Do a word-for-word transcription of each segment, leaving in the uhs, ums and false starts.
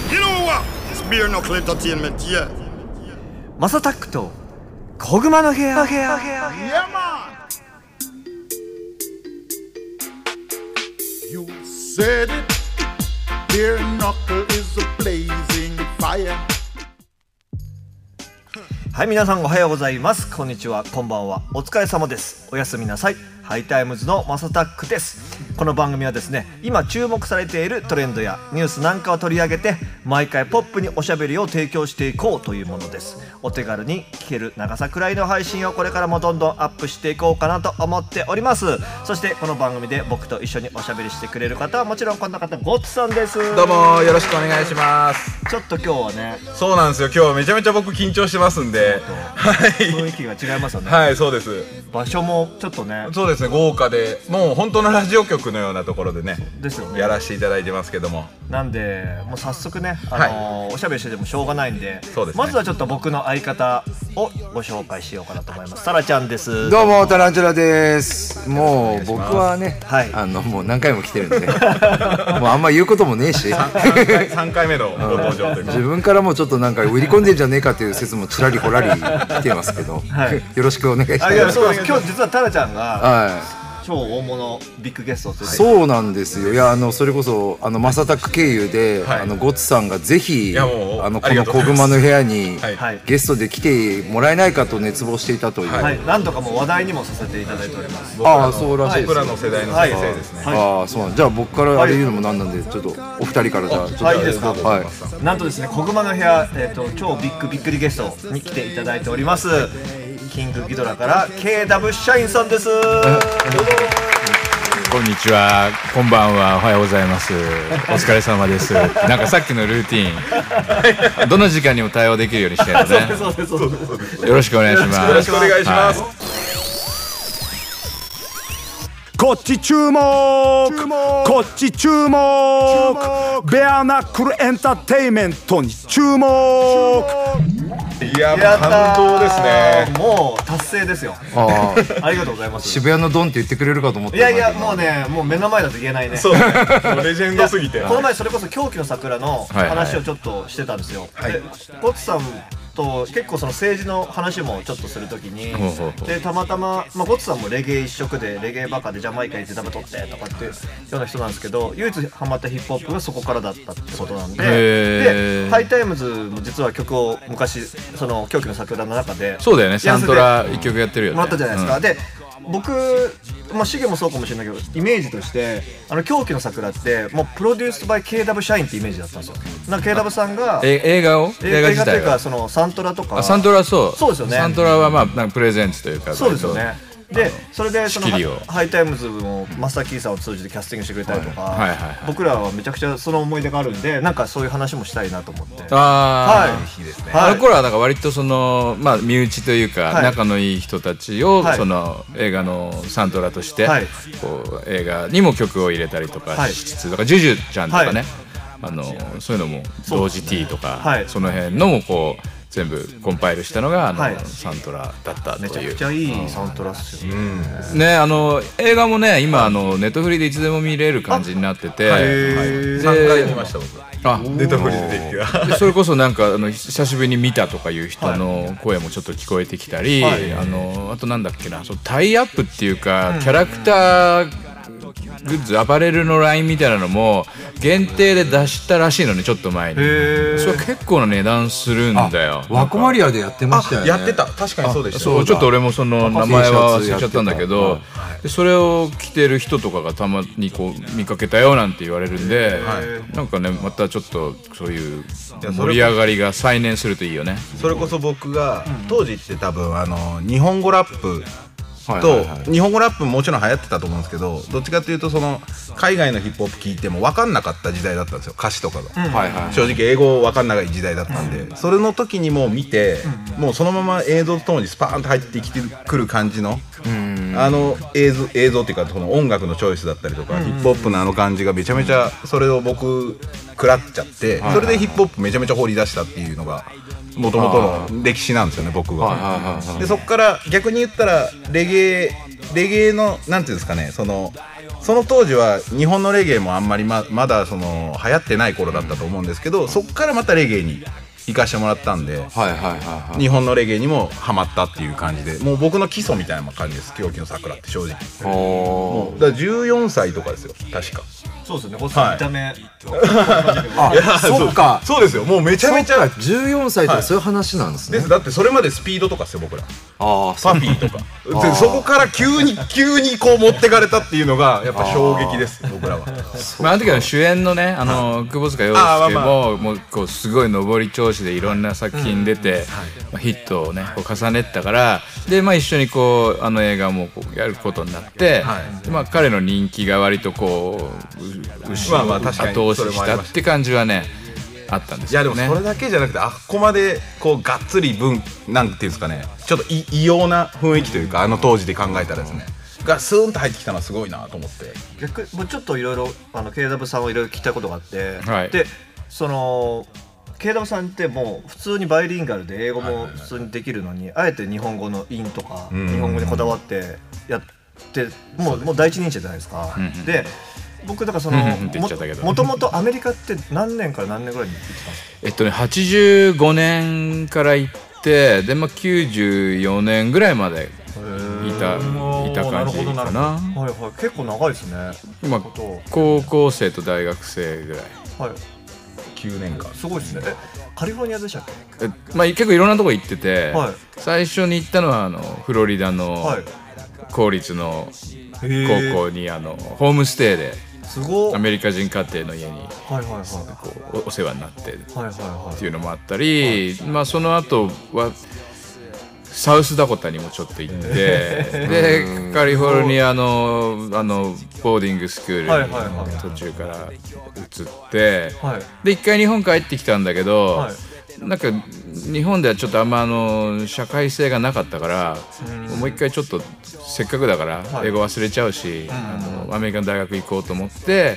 You know what? It's Beer Knuckle Entertainment, yeah. マサタックと小熊の部屋。部屋。 Yeah, man. You said it. Beer Knuckle is a blazing fire. はい、皆さんおはようございます。こんにちは、こんばんは。お疲れ様です。おやすみなさい。ハイタイムズのマサタックです。この番組はですね、今注目されているトレンドやニュースなんかを取り上げて、毎回ポップにおしゃべりを提供していこうというものです。お手軽に聞ける長さくらいの配信をこれからもどんどんアップしていこうかなと思っております。そしてこの番組で僕と一緒におしゃべりしてくれる方はもちろんこんな方、ゴッツさんです。 どうもよろしくお願いします。 ちょっと今日はね、 そうなんですよ。今日めちゃめちゃ僕緊張してますんで、はい、 雰囲気が違いますよね。 はい、そうです。 場所もちょっとね、 そうですね、豪華でもう本当のラジオ局のようなところでね、 ですよね、 やらせていただいてますけども、 なんでもう早速ね、あのーはい、おしゃべりしててもしょうがないんで、 そうですね、 まずはちょっと僕の相方をご紹介しようかなと思います。タラちゃんです。 どうもタランチュラです。もう僕はね、はい、あのもう何回も来てるんでもうあんま言うこともねえしさんかいめのご登場という自分からもちょっとなんか売り込んでんじゃねえかっていう説もちらりほらり来てますけど、はい、よろしくお願いします。 あ、いや、そうです。今日実はタラちゃんが、 はい超大物ビッグゲストを連れて、 そうなんですよ。いや、あのそれこそあのマサタック経由で、はい、あのゴッツさんがぜひあのこの小熊の部屋に、はい、ゲストで来てもらえないかと熱望していたという、 はいはい、何度かもう話題にもさせていただいております。 ああ、そうらしいです。 僕らの世代の先生ですね。 はいはい、ああ、そうなん。じゃあ僕からあれ言うのもなんなんで、ちょっとお二人からじゃあちょっと、 はい、いいですか。 はい、 なんとですね、小熊の部屋、えー、と超ビッグびっくりゲストに来ていただいております。キングギドラから ケーダブリュー 社員さんです。 こんにちは、こんばんは、おはようございます。お疲れ様です。なんかさっきのルーティーン、どの時間にも対応できるようにしてるのね。 そうですそうです。 よろしくお願いします。 よろしくお願いします。はい、 こっち注目、こっち注目、ベアナックルエンターテイメントに注目。 いや、感動ですね。 もう達成ですよ。あありがとうございます。 渋谷のドンって言ってくれるかと思って。 いやいや、もうね、もう目の前だと言えないね。 そうね、もうレジェンドすぎて。 この前それこそ狂気の桜の話をちょっとしてたんですよ。で、ゴッツさんと結構その政治の話もちょっとするときに、でたまたま、まあ、ゴッツさんもレゲエ一色でレゲエバカでジャマイカ行って食べとってとかっていうような人なんですけど、唯一ハマったヒップホップがそこからだったってことなんで、でハイタイムズも実は曲を昔その狂気の桜の中で、 そうだよね、サントラ一曲やってるよね、 もらったじゃないですか。うん、で僕、まあ、シゲもそうかもしれないけど、イメージとしてあの狂気の桜ってもうプロデュースバイ ケーダブリュー 社員ってイメージだったんですよ。なんか ケーダブリュー さんがえ映画を映画自体というかそのサントラとか、 サントラ、そうそうですよね。 サントラはまあなんかプレゼンツというか、 そうですよね。でそれでそのハハイタイムズもマスターキーさんを通じてキャスティングしてくれたりとか、はいはいはいはい、僕らはめちゃくちゃその思い出があるんで、なんかそういう話もしたいなと思って。 ああ、 はい、 いいですね。あの頃はなんか割とそのまあ身内というか、はい、仲のいい人たちを、はい、その映画のサントラとして、はい、こう映画にも曲を入れたりとか、はい、しつつとかジュジュちゃんとかね、はい、あのそういうのも同時 T とか そ,、はい、その辺のもこう全部コンパイルしたのがあの、はい、サントラだったという。 めちゃくちゃいいサントラっすよね。 うん、ね、あの映画もね、今あのネットフリでいつでも見れる感じになってて、はい、 でさんかい見ました僕。あ、ネットフリでできた。 それこそなんかあの久しぶりに見たとかいう人の声もちょっと聞こえてきたり、はい、あのあとなんだっけな、そのタイアップっていうか、うん、キャラクターグッズ、アパレルのラインみたいなのも限定で出したらしいのね、ちょっと前に。それ結構な値段するんだよ。 ワコマリアでやってましたよね。 やってた、確かにそうでした。 そう、ちょっと俺もその名前は忘れちゃったんだけど、でそれを着てる人とかがたまにこう見かけたよなんて言われるんで、なんかね、またちょっとそういう盛り上がりが再燃するといいよね。 それこそ僕が当時って多分あの日本語ラップと日本語ラップももちろん流行ってたと思うんですけど、どっちかっていうとその海外のヒップホップ聞いても分かんなかった時代だったんですよ、歌詞とかが。正直英語分かんない時代だったんで、それの時にもう見て、もうそのまま映像とともにスパーンと入ってきてくる感じのあの映像映像っていうか、その音楽のチョイスだったりとか、ヒップホップのあの感じがめちゃめちゃ、それを僕食らっちゃって、それでヒップホップめちゃめちゃ掘り出したっていうのがもともとの歴史なんですよね、僕は。でそこから逆に言ったらレゲエレゲエのなんていうんですかね、そのその当時は日本のレゲエもあんまり ま, まだその流行ってない頃だったと思うんですけど、そっからまたレゲエに行かしてもらったんで、はいはいはいはい、日本のレゲエにもハマったっていう感じで、もう僕の基礎みたいな感じです。狂気の桜って正直もうだからじゅうよんさいとかですよ確か。 そうですね、細い見た目、はい、 あ、いやそうか、そうですよ、もうめちゃめちゃじゅうよんさいとかそういう話なんですね、 はい、です。だってそれまでスピードとかですよ僕ら。 あパフィーとかでそこから急に急にこう持ってかれたっていうのがやっぱ衝撃です僕らは。 まあ、あの時は主演のね、あの窪塚洋介ももうこうすごい上り調子でいろんな作品出て、まあ、ヒットをねこう重ねてたから、で、まあ、一緒にこうあの映画もこうやることになって、はい、まあ、彼の人気が割とこう後ろ後押ししたって感じはねあったんですけどね。 いやでもそれだけじゃなくて、あっこまでこうがっつり分なんていうんですかね、ちょっと異様な雰囲気というか、あの当時で考えたらですねがスーンと入ってきたのはすごいなと思って。 逆もうちょっといろいろあの ケーダブリュー さんはいろいろ聞きたいことがあって、 はい、 でその ケーダブリュー さんってもう普通にバイリンガルで英語も普通にできるのに、あえて日本語の韻とか日本語にこだわってやってもう、もう第一人者じゃないですか、うんうん、で僕だからそのもともとアメリカって何年から何年ぐらいに行ってたんですか？ えっとねはちじゅうごねんから行って、で、まあ、きゅうじゅうよねんぐらいまでいたいた感じかな。 はいはい、結構長いですね。 今高校生と大学生ぐらい、 はい、 きゅうねんかんすごいですね。えカリフォルニアでしたっけ？ え、まあ、結構いろんなとこ行ってて、 はい、 最初に行ったのはあのフロリダの公立の高校にあのホームステイですごアメリカ人家庭の家にこうお世話になってっていうのもあったり、まあその後はサウスダコタにもちょっと行ってでカリフォルニアのあのボーディングスクールに途中から移ってで一回日本帰ってきたんだけど、なんか日本ではちょっとあんまあの社会性がなかったから、もう一回ちょっとせっかくだから英語忘れちゃうし、あのアメリカの大学行こうと思って、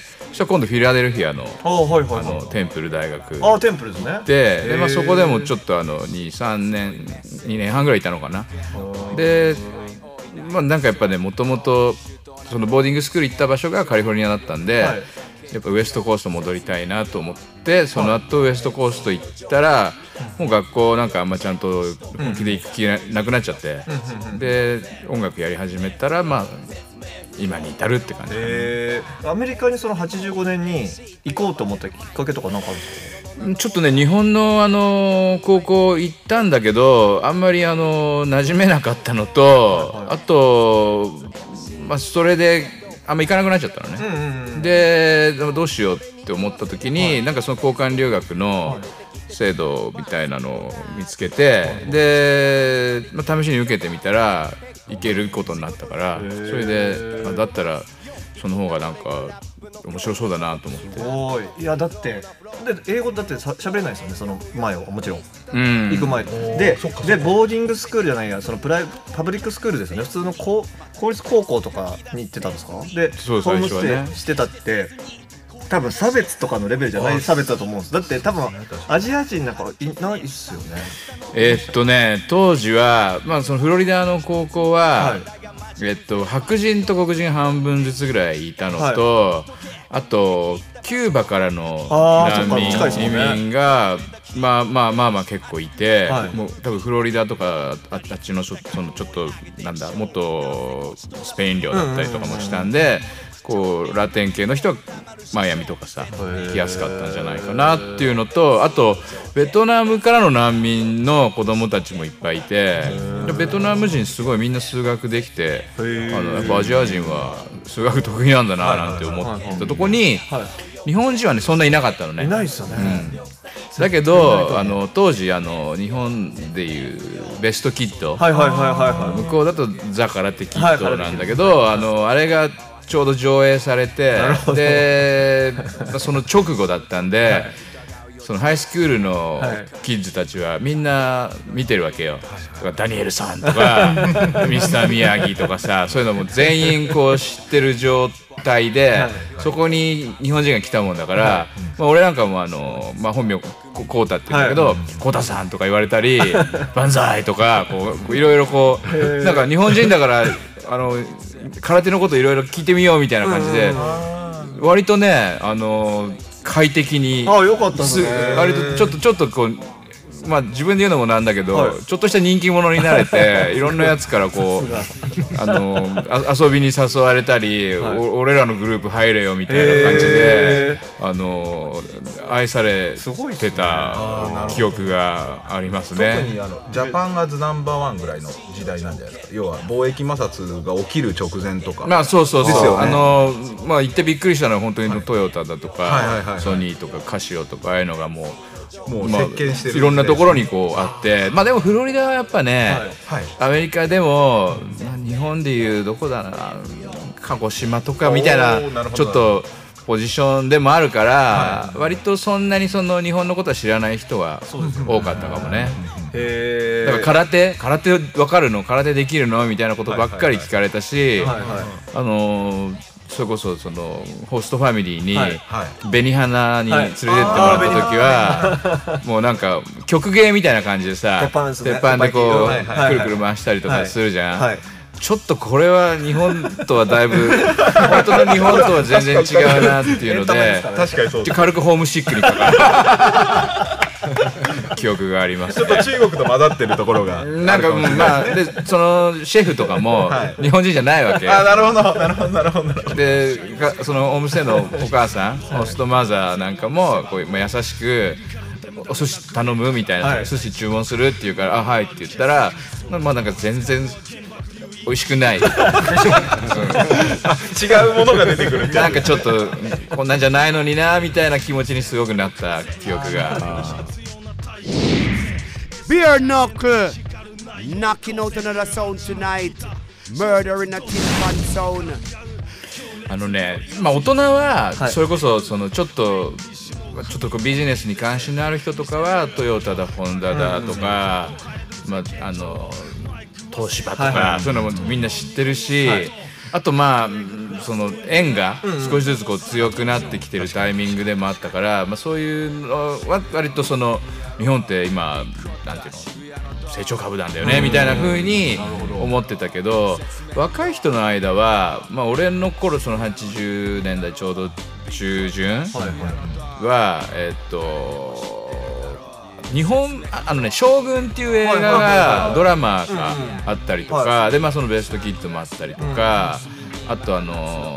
そしたら今度フィラデルフィアのあのテンプル大学あテンプルですね。 で、でまあそこでもちょっとあのにさんねんにねんはんぐらいいたのかな。で、まあなんかやっぱね、もともとそのボーディングスクール行った場所がカリフォルニアだったんで、はい、やっぱウエストコースト戻りたいなと思って、その後ウエストコースト行ったら、もう学校なんかあんまちゃんと本気で行く気なくなっちゃって、で音楽やり始めたらまあ今に至るって感じ、 えー、アメリカにそのはちじゅうごねんに行こうと思ったきっかけとか何かあるんですか？ ちょっとね、日本のあの高校行ったんだけど、あんまりあの馴染めなかったのと、はいはい、あと、まあ、それであんま行かなくなっちゃったのね、うんうんうん、でどうしようって思った時に、はい、なんかその交換留学の制度みたいなのを見つけて、はい、で、まあ、試しに受けてみたら行けることになったから、それであだったらその方がなんか面白そうだなと思って。 おい、いやだってで英語だってしゃべれないですよね、その前はもちろん、うん、行く前ででボーディングスクールじゃないや、そのプライパブリックスクールですよね、普通の公公立高校とかに行ってたんですか？でそうホームステイしてたって多分差別とかのレベルじゃない差別だと思うんです。だって多分アジア人なんかいないっすよね。 えー、っとね当時は、まあ、そのフロリダの高校は、はい、えっと、白人と黒人半分ずつぐらいいたのと、はい、あとキューバからの難民、移民がまあまあまあまあ結構いて、はい、もう多分フロリダとか あ, あっちのそのちょっとなんだ元スペイン領だったりとかもしたんで、こうラテン系の人はマイアミとかさ来やすかったんじゃないかなっていうのと、あとベトナムからの難民の子供たちもいっぱいいて、ベトナム人すごいみんな数学できて、あのやっぱアジア人は数学得意なんだななんて思ったとこに、日本人はねそんないなかったのね。 いないですよね、 うん、だけどあの当時あの日本でいうベストキッド、 はいはいはいはい、 向こうだとザ・カラテキッドなんだけど、あのあれがちょうど上映されて、でその直後だったんで、はい、そのハイスクールのキッズたちはみんな見てるわけよ、はい、ダニエルさんとかミスター宮城とかさ、そういうのも全員こう知ってる状態で、はい、そこに日本人が来たもんだから、はい、まあ、俺なんかもあの、まあ、本名コータって言うんだけど、コータさんとか言われたり万歳とかこういろいろこうなんか日本人だからあの空手のこといろいろ聞いてみようみたいな感じで割とねあの快適にあよかったですね割とちょっとちょっとこうまあ自分で言うのもなんだけど、はい、ちょっとした人気者になれていろんなやつからこうあのあ遊びに誘われたり、はい、俺らのグループ入れよみたいな感じであの愛されてた記憶がありますね。 特にあのジャパンアズナンバーワンぐらいの時代なんじゃないですか。要は貿易摩擦が起きる直前とか。 まあそうそうそうですよ、ね、あのまあ言ってびっくりしたのは本当にトヨタだとかソニーとかカシオとかああいうのがもうもう席巻してる、 まあ、いろんなところにこうあってまあでもフロリダはやっぱね、はいはい、アメリカでも日本でいうどこだな鹿児島とかみたいなちょっとポジションでもあるから、はい、割とそんなにその日本のことは知らない人は多かったかもね。へだから空手空手分かるの空手できるのみたいなことばっかり聞かれたし、あのーそれこそそのホストファミリーに紅花に連れてってもらった時はもうなんか曲芸みたいな感じでさ鉄板でこうくるくる回したりとかするじゃん。ちょっとこれは日本とはだいぶ本当の日本とは全然違うなっていうので軽くホームシックにかかる記憶があります、 ね、ちょっと中国と混ざってるところがなんかまあでそのシェフとかも日本人じゃないわけ、 はい、あなるほどなるほどなるほどでそのお店のお母さんホストマザーなんかもこう、まあ、優しくお寿司頼むみたいな、はい、寿司注文するって言うからあはいって言ったらまあなんか全然美味しくない違うものが出てくるなんかちょっとこんなんじゃないのになみたいな気持ちにすごくなった記憶が Beer knuckle knocking out another sound tonight murder in a tin pan sound あのねまあ大人はそれこそそのちょっとちょっとこうビジネスに関心のある人とかはトヨタだホンダだとかまああの東芝とか、はいはい、そういうのもみんな知ってるし、はい、あとまあその円が少しずつこう強くなってきてるタイミングでもあったから、まあ、そういうのは割とその日本って今なんていうの成長株なんだよねみたいな風に思ってたけど若い人の間は、まあ、俺の頃そのはちじゅうねんだいちょうど中旬はえっと日本あのね将軍っていう映画がドラマがあったりとかでまあそのベストキッドもあったりとかあとあの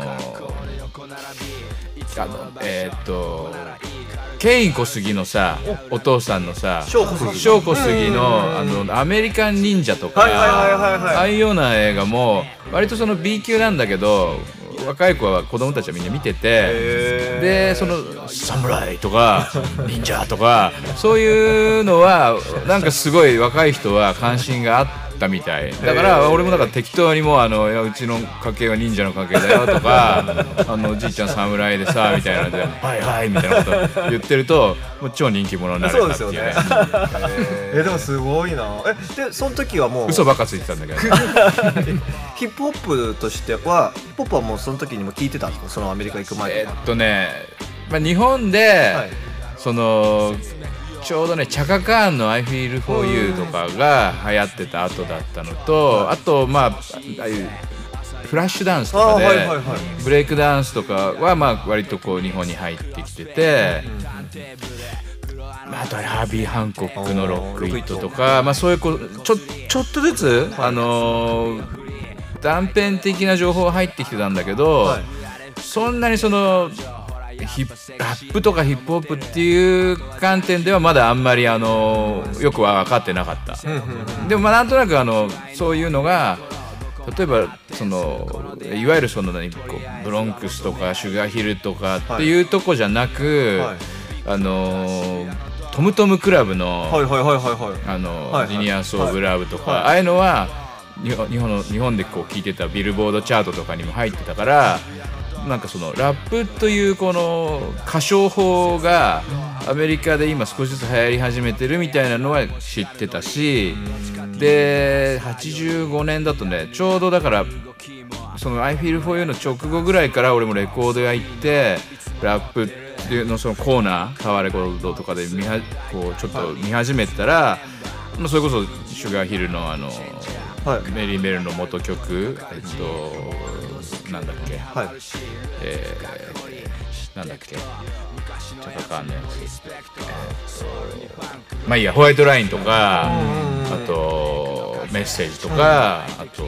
あのえっとケイン小杉のさお父さんのさ翔小杉のあのアメリカン忍者とかああいうような映画も割とその B 級なんだけど若い子は子供たちはみんな見ててでその侍とか忍者とかそういうのはなんかすごい若い人は関心があったみたいだから俺もだから適当にもうあのいやうちの家系は忍者の家系だよとかあのおじいちゃん侍でさみたいなのではいはいみたいなこと言ってるともう超人気者になれたっていうねえでもすごいなえでその時はもう嘘ばっかついてたんだけどヒップホップとしてはヒップホップはもうその時にも聞いてたんですかそのアメリカ行く前えっとね、まあ、日本で、はい、そのちょうどねチャカカーンの I Feel For You とかが流行ってた後だったのとあとまあああいうフラッシュダンスとかで、はいはいはい、ブレイクダンスとかはまあ割とこう日本に入ってきてて、まあ、あとはハービー・ハンコックのロックイットとか、まあ、そういうこうちょ、ちょっとずつ、はい、あのー、断片的な情報が入ってきてたんだけど、はい、そんなにそのヒッラップとかヒップホップっていう観点ではまだあんまりあのよくは分かってなかった、うん、でもまあなんとなくあのそういうのが例えばそのいわゆるその何こうブロンクスとかシュガーヒルとかっていうとこじゃなく、はい、あのトムトムクラブのジニアソーブラブとか、はいはい、ああいうのは日本の日本でこう聞いてたビルボードチャートとかにも入ってたからなんかそのラップというこの歌唱法がアメリカで今少しずつ流行り始めてるみたいなのは知ってたしではちじゅうごねんだとねちょうどだからその I Feel For You の直後ぐらいから俺もレコード屋行ってラップっていうのそのコーナータワーレコードとかで見はこうちょっと見始めたらそれこそシュガーヒルのあの、はい、メリー・メルの元曲えっとなんだっけ、 はい、 えー、なんだっけちょっとわかんないやつ、えー、まあいいや、ホワイトラインとか、あとメッセージとか、あと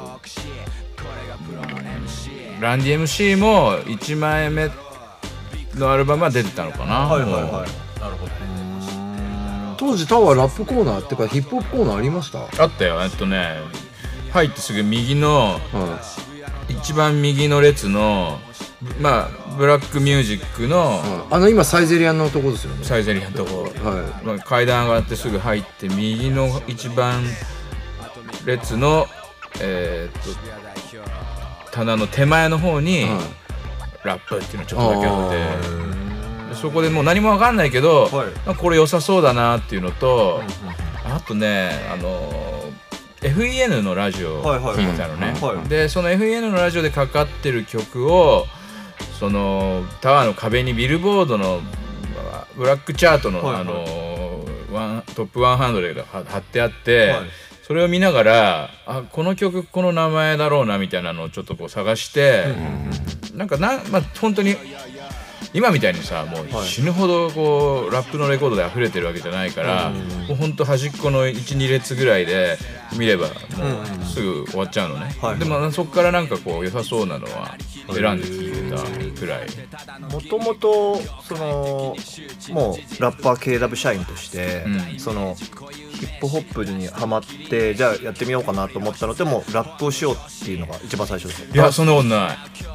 ランディ エムシー もいちまいめのアルバムは出てたのかな。 はいはいはい、 なるほど。 当時タワーラップコーナーってかヒップホップコーナーありました？ あったよ。えっとね、入ってすぐ右の、うん、一番右の列のまあブラックミュージックの、 うん、あの今サイゼリアのとこですよね。 サイゼリアのとこ、 はい、 まあ、階段上がってすぐ入って右の一番列のえー、っと棚の手前の方に、うん、ラップっていうのちょっとだけあって、そこでもう何も分かんないけど、はい、これ良さそうだなっていうのと、あとね、あの エフイーエヌ のラジオ聞いたのね、はいはい、でその エフイーエヌ のラジオでかかってる曲をそのタワーの壁にビルボードのブラックチャートの、はいはい、あのワントップひゃくが貼ってあって、はい、それを見ながら、あ、この曲この名前だろうなみたいなのをちょっとこう探して、うん、なんかな、まあ本当に今みたいにさ、もう死ぬほどこうラップのレコードで溢れてるわけじゃないから、うん、もうほんと端っこの いちに 列ぐらいで見ればもうすぐ終わっちゃうのね、うん、でもそこからなんかこう良さそうなのは選んで聴いてたくらい。 もともとそのもうラッパー ケーダブリュー 社員として、うん、そのヒップホップにハマってじゃあやってみようかなと思ったのでもラップをしようっていうのが一番最初ですよ。 いや、そんなことない。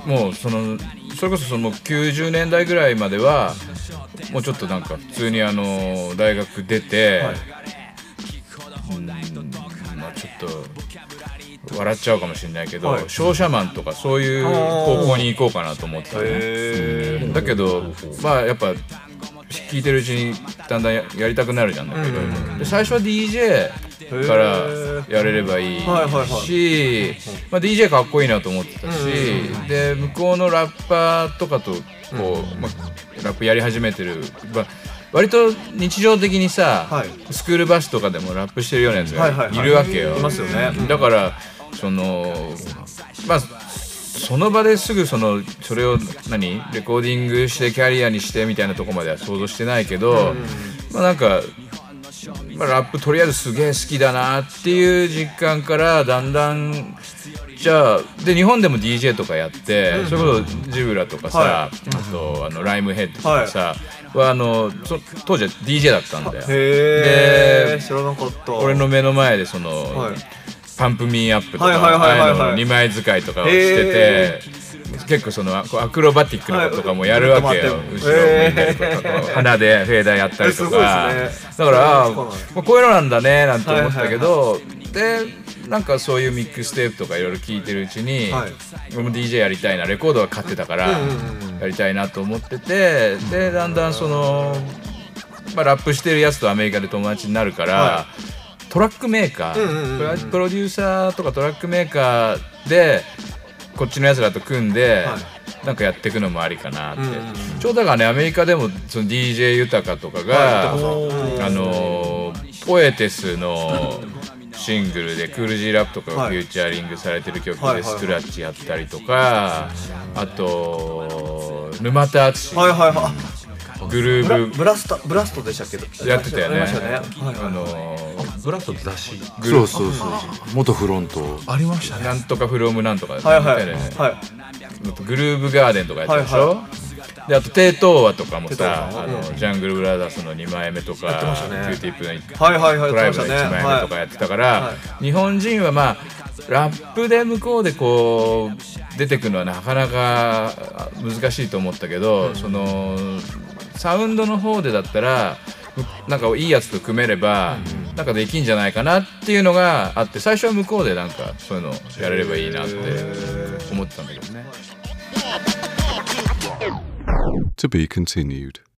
もうそのそれこそそのきゅうじゅうねんだいぐらいまではもうちょっとなんか普通にあの大学出て、はい、うん、まあちょっと笑っちゃうかもしれないけど、はい、商社マンとかそういう方向に行こうかなと思ってたね。うん、だけどまあやっぱ聞いてるうちにだんだん や, やりたくなるじゃん、なんかいろいろ。で最初は ディージェー からやれればいいし、はいはいはい、まあ、ディージェー かっこいいなと思ってたし、で向こうのラッパーとかとこう、まあ、ラップやり始めてる、まあ、割と日常的にさ、はい、スクールバスとかでもラップしてるようなやつがいるわけよ。 いますよね。 だからそのまあその場ですぐそのそれを何レコーディングしてキャリアにしてみたいなとこまでは想像してないけど、まあなんか、まあ、ラップとりあえずすげえ好きだなっていう実感からだんだんじゃあで日本でも ディージェー とかやって、それこそジブラとかさ、はい、あとあのライムヘッドとかさ、はい、はあのそ当時は ディージェー だったんだよ。 へー、知らなかった。 俺の目の前でその、はい、パンプミーアップとかにまい使いとかをしてて、結構そのアクロバティックなこととかもやるわけよ、後ろ向いたりとか鼻でフェーダーやったりとか、だからあこういうのなんだねなんて思ったけど、でなんかそういうミックステープとかいろいろ聴いてるうちに、俺も ディージェー やりたいな、レコードが買ってたからやりたいなと思ってて、でだんだんその、まあ、ラップしてるやつとアメリカで友達になるから、トラックメーカー、プロデューサーとかトラックメーカーでこっちのやつらと組んで、はい、なんかやっていくのもありかなって、うんうんうん、ちょうどだからね、アメリカでもその ディージェー 豊とかが、はい、あのポエテスのシングルでクール G ラップとかがフューチャリングされてる曲でスクラッチやったりとか、あと沼田敦、はいはいはい、グルーブブラストブラストでしたっけ、 やってたよね。 あのブラストって雑誌、 そうそうそう、元フロントありましたね。 なんとかフロムなんとかみたいなね。グルーブガーデンとかやったでしょ。であとテートーワとかもさ、あのジャングルブラザーズのにまいめとか、キューティップのトライブのいちまいめとかやってたから、日本人はまあラップで向こうでこう出てくのはなかなか難しいと思ったけど、そのサウンドの方でだったらなんかいいやつと組めればなんかできんじゃないかなっていうのがあって、最初は向こうでなんかそういうのやれればいいなって思ってたんだけどね。 To be continued.